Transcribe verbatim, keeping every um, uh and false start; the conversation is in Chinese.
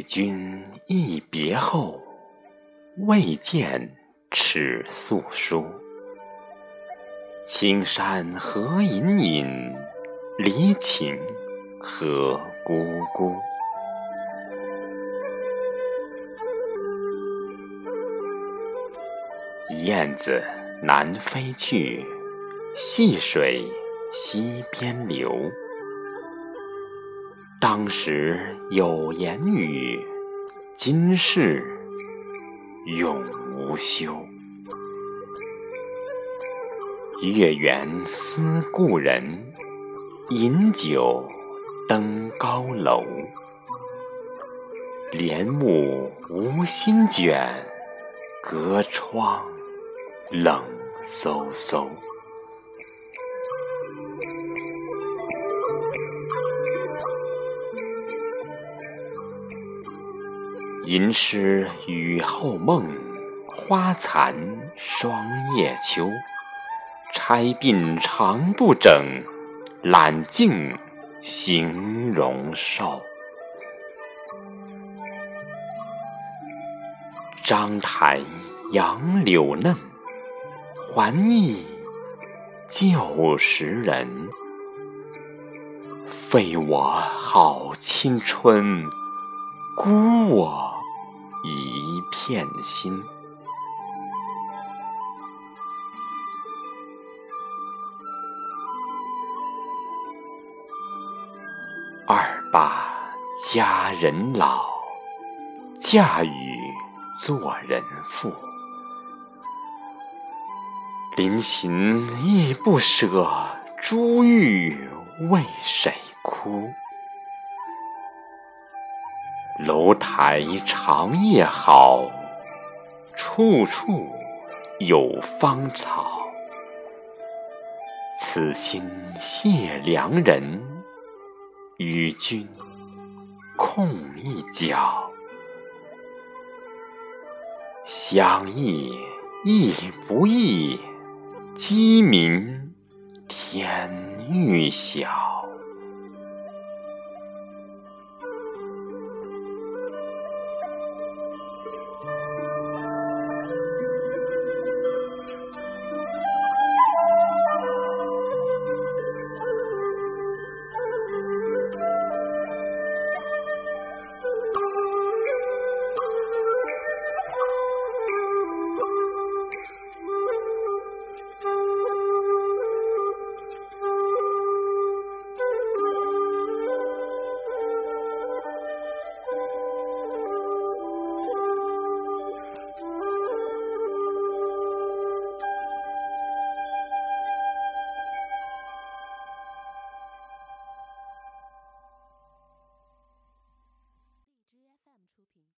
君一别后，未见尺素书。青山何隐隐，离情何咕咕。燕子南飞去，细水西边流。当时有言语，今世永无休。月圆思故人，饮酒登高楼。帘幕无心卷，隔窗冷飕飕。吟诗雨后梦，花残霜叶秋。钗鬓长不整，揽镜形容瘦。章台杨柳嫩，还忆旧时人。废我好青春，辜我一片心。二八佳人老，嫁与做人妇。临行亦不舍，珠玉为谁哭？楼台长夜好，处处有芳草。此心谢良人，与君共一角。相忆亦不易，鸡鸣天欲晓。